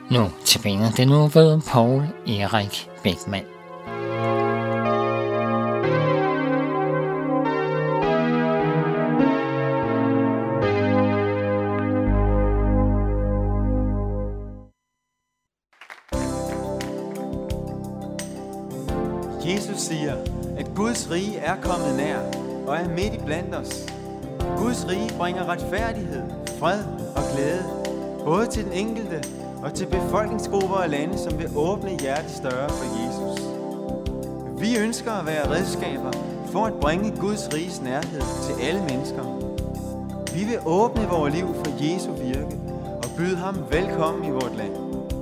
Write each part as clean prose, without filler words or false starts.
Nu tilbage det nu ved Poul Erik Bækman. Jesus siger, at Guds rige er kommet nær og er midt i blandt os. Guds rige bringer retfærdighed, fred og glæde, både til den enkelte og til befolkningsgrupper og lande, som vil åbne hjertesdøre for Jesus. Vi ønsker at være redskaber for at bringe Guds riges nærhed til alle mennesker. Vi vil åbne vores liv for Jesu virke og byde ham velkommen i vort land.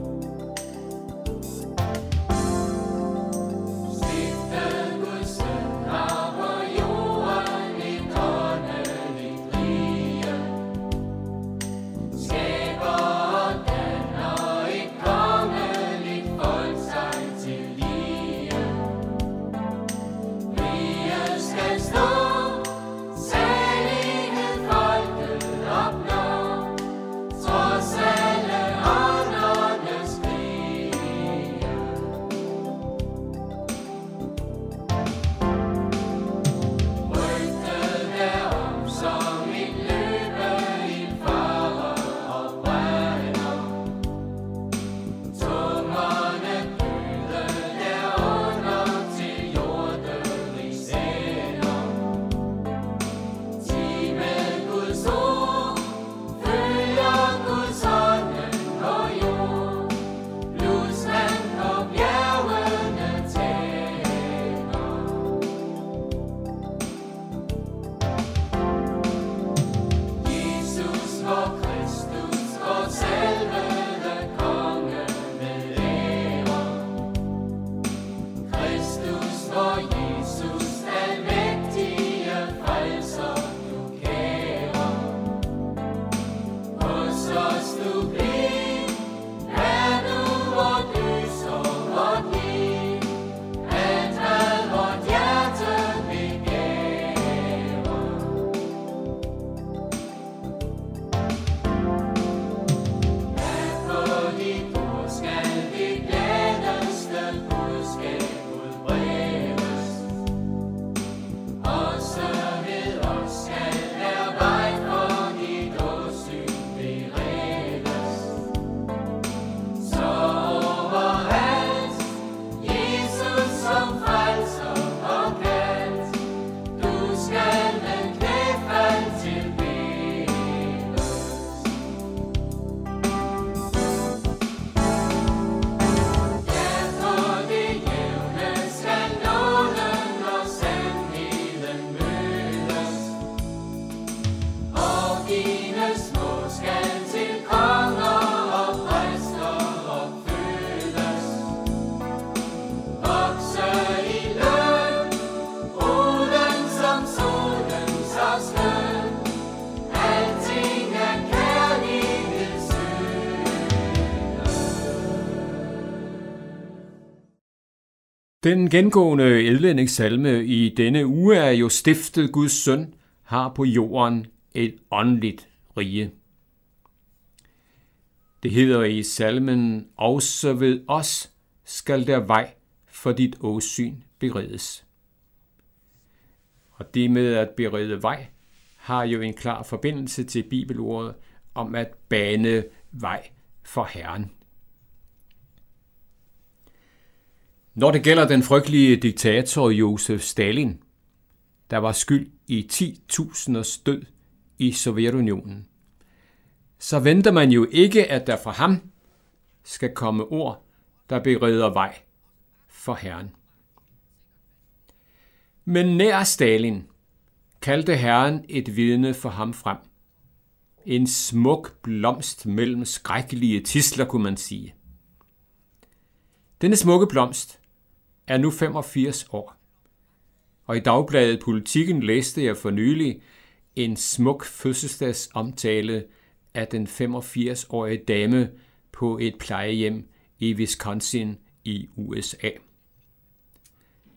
Den gengående elvendingssalme i denne uge er jo stiftet Guds søn har på jorden et åndeligt rige. Det hedder i salmen, også ved os skal der vej for dit åsyn beredes. Og det med at berede vej har jo en klar forbindelse til bibelordet om at bane vej for Herren. Når det gælder den frygtelige diktator Josef Stalin, der var skyld i 10.000'ers død i Sovjetunionen, så venter man jo ikke, at der fra ham skal komme ord, der bereder vej for Herren. Men nær Stalin kaldte Herren et vidne for ham frem. En smuk blomst mellem skrækkelige tidsler, kunne man sige. Denne smukke blomst er nu 85 år. Og i dagbladet Politiken læste jeg for nylig en smuk fødselsdagsomtale af den 85-årige dame på et plejehjem i Wisconsin i USA.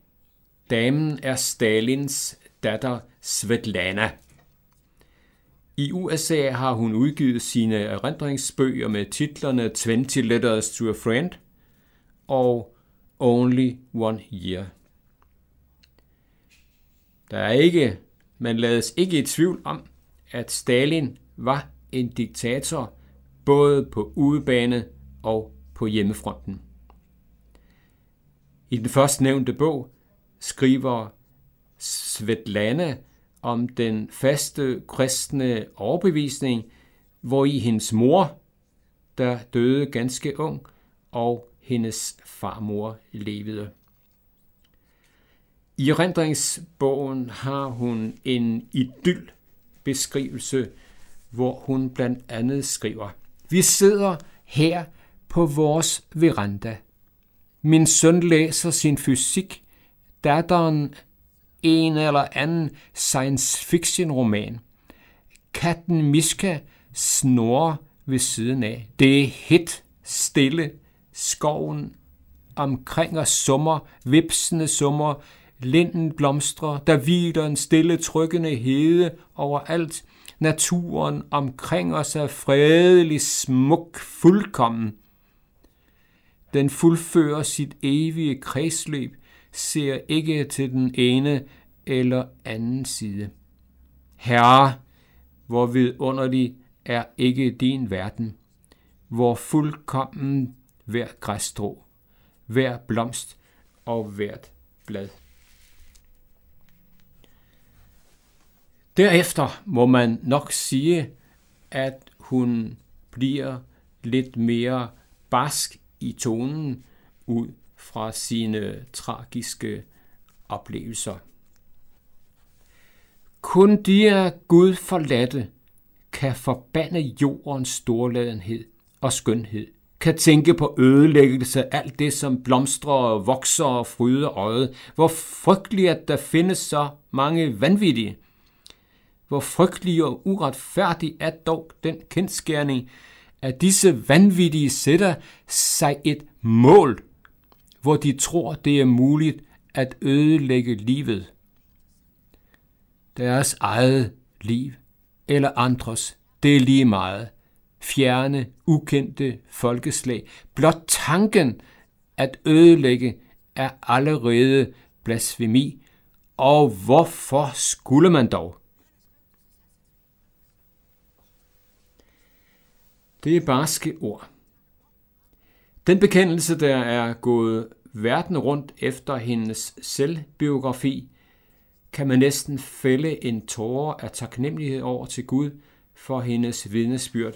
Damen er Stalins datter Svetlana. I USA har hun udgivet sine erindringsbøger med titlerne 20 Letters to a Friend og Only One Year. Man lades ikke i tvivl om, at Stalin var en diktator både på udebane og på hjemmefronten. I den først nævnte bog skriver Svetlana om den faste kristne overbevisning, hvor i hendes mor, der døde ganske ung, og hendes farmor levede. I erindringsbogen har hun en idyllbeskrivelse, hvor hun blandt andet skriver: Vi sidder her på vores veranda. Min søn læser sin fysik, datteren en eller anden science fiction roman. Katten Miska snorer ved siden af. Det er helt stille. Skoven omkring os summer, vipsende summer, linden blomstrer, der hviler en stille trykkende hede overalt. Naturen omkring os er fredelig, smuk, fuldkommen. Den fuldfører sit evige kredsløb, ser ikke til den ene eller anden side. Herre, hvor vidunderlig er ikke din verden, hvor fuldkommen hver græsstrå, hver blomst og hvert blad. Derefter må man nok sige, at hun bliver lidt mere barsk i tonen ud fra sine tragiske oplevelser. Kun de af Gud forladte kan forbande jordens storladenhed og skønhed, kan tænke på ødelæggelse af alt det, som blomstrer og vokser og fryder øjet. Hvor frygteligt, at der findes så mange vanvittige. Hvor frygtelig og uretfærdig er dog den kendsgerning, at disse vanvittige sætter sig et mål, hvor de tror, det er muligt at ødelægge livet. Deres eget liv eller andres, det er lige meget. Fjerne, ukendte folkeslag. Blot tanken at ødelægge er allerede blasfemi. Og hvorfor skulle man dog? Det er barske ord. Den bekendelse, der er gået verden rundt efter hendes selvbiografi, kan man næsten fælde en tåre af taknemmelighed over til Gud for hendes vidnesbyrd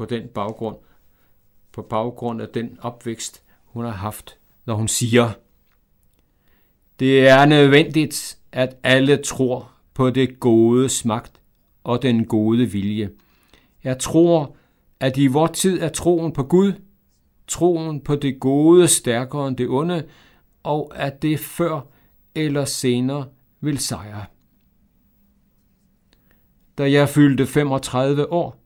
på baggrund af den opvækst, hun har haft, når hun siger: Det er nødvendigt, at alle tror på det godes magt og den gode vilje. Jeg tror, at i vor tid er troen på Gud, troen på det gode stærkere end det onde, og at det før eller senere vil sejre. Da jeg fyldte 35 år,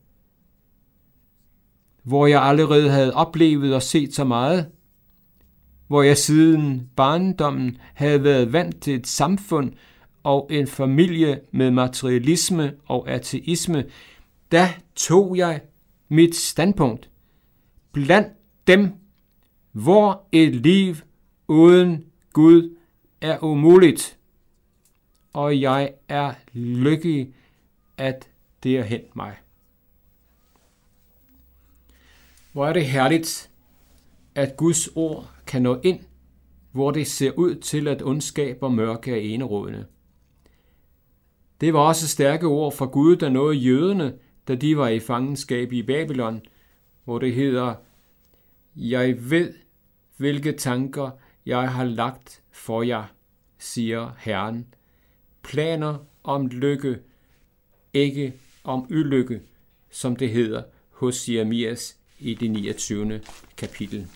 hvor jeg allerede havde oplevet og set så meget, hvor jeg siden barndommen havde været vant til et samfund og en familie med materialisme og ateisme, da tog jeg mit standpunkt blandt dem, hvor et liv uden Gud er umuligt, og jeg er lykkelig, at det er hent mig. Hvor er det herligt, at Guds ord kan nå ind, hvor det ser ud til, at ondskab og mørke er enerådende. Det var også stærke ord fra Gud, der nåede jøderne, da de var i fangenskab i Babylon, hvor det hedder: Jeg ved, hvilke tanker jeg har lagt for jer, siger Herren. Planer om lykke, ikke om ulykke, som det hedder hos Jeremias i det 29. kapitel.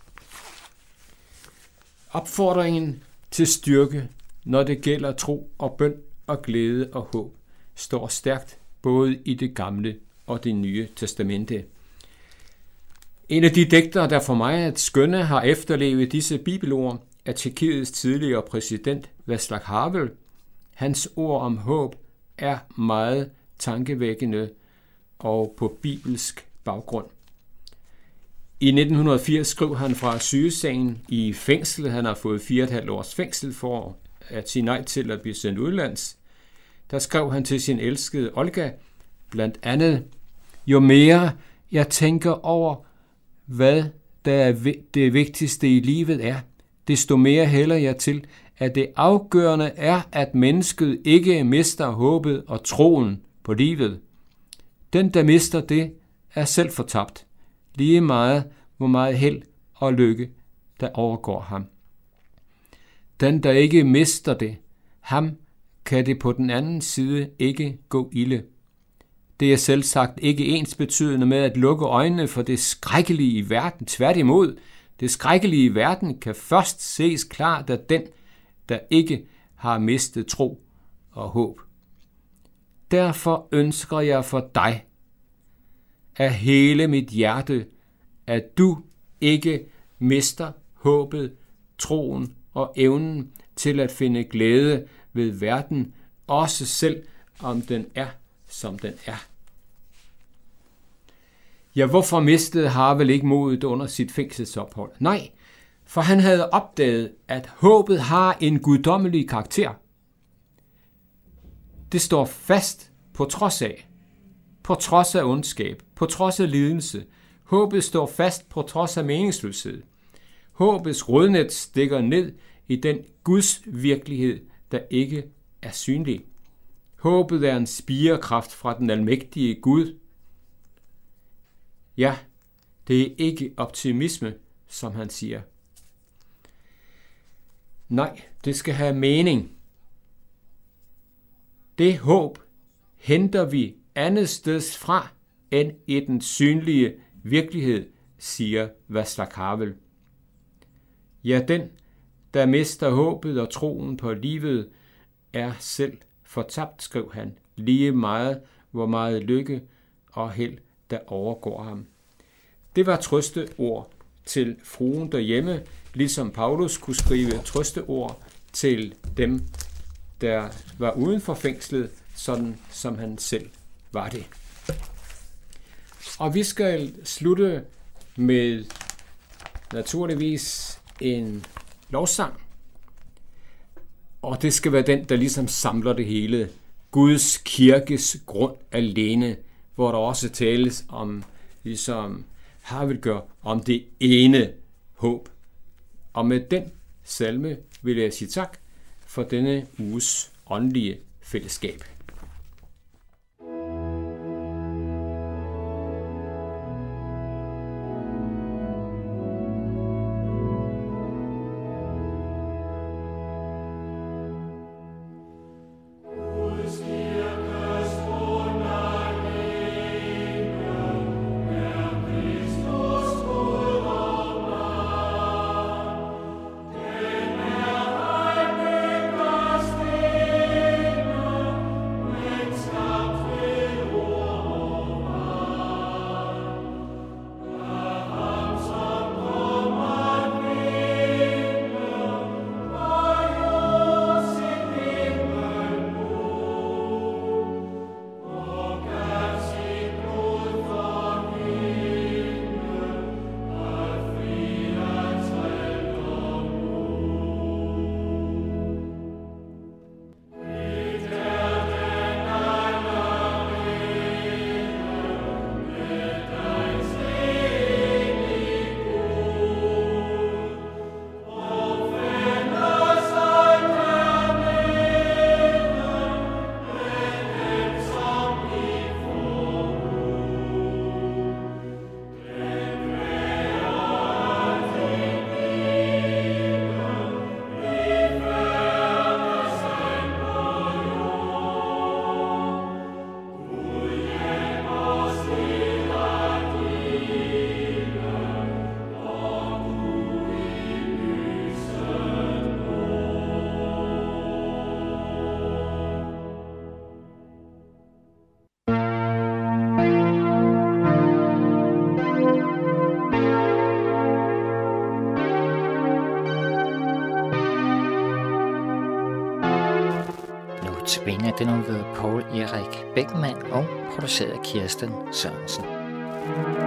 Opfordringen til styrke, når det gælder tro og bøn og glæde og håb, står stærkt både i det gamle og det nye testamente. En af de digtere, der for mig at skønne, har efterlevet disse bibelord, er Tjekkiets tidligere præsident Václav Havel. Hans ord om håb er meget tankevækkende og på bibelsk baggrund. I 1980 skrev han fra sygesengen i fængsel. Han har fået 4,5 års fængsel for at sige nej til at blive sendt udlands. Der skrev han til sin elskede Olga blandt andet: jo mere jeg tænker over, hvad der er det vigtigste i livet er, desto mere hælder jeg til, at det afgørende er, at mennesket ikke mister håbet og troen på livet. Den, der mister det, er selv fortabt, lige meget hvor meget held og lykke, der overgår ham. Den, der ikke mister det, ham kan det på den anden side ikke gå ilde. Det er selvsagt ikke ensbetydende med at lukke øjnene for det skrækkelige i verden. Tværtimod, det skrækkelige i verden kan først ses klart af den, der ikke har mistet tro og håb. Derfor ønsker jeg for dig af hele mit hjerte, at du ikke mister håbet, troen og evnen til at finde glæde ved verden, også selv om den er, som den er. Ja, hvorfor mistede Havel ikke modet under sit fængselsophold? Nej, for han havde opdaget, at håbet har en guddommelig karakter. Det står fast på trods af ondskab, på trods af lidelse. Håbet står fast på trods af meningsløshed. Håbets rodnet stikker ned i den Guds virkelighed, der ikke er synlig. Håbet er en spirekraft fra den almægtige Gud. Ja, det er ikke optimisme, som han siger. Nej, det skal have mening. Det håb henter vi andet steds fra end i den synlige virkelighed, siger Václav Havel. Ja, den, der mister håbet og troen på livet, er selv fortabt, skrev han, lige meget, hvor meget lykke og held, der overgår ham. Det var trøsteord til fruen derhjemme, ligesom Paulus kunne skrive trøsteord til dem, der var uden for fængslet, sådan som han selv var det. Og vi skal slutte med naturligvis en lovsang. Og det skal være den, der ligesom samler det hele. Guds kirkes grund alene, hvor der også tales om, ligesom Havel gør, om det ene håb. Og med den salme vil jeg sige tak for denne uges åndelige fællesskab. Notabene den har været Poul Erik Bækman og produceret af Kirsten Sørensen.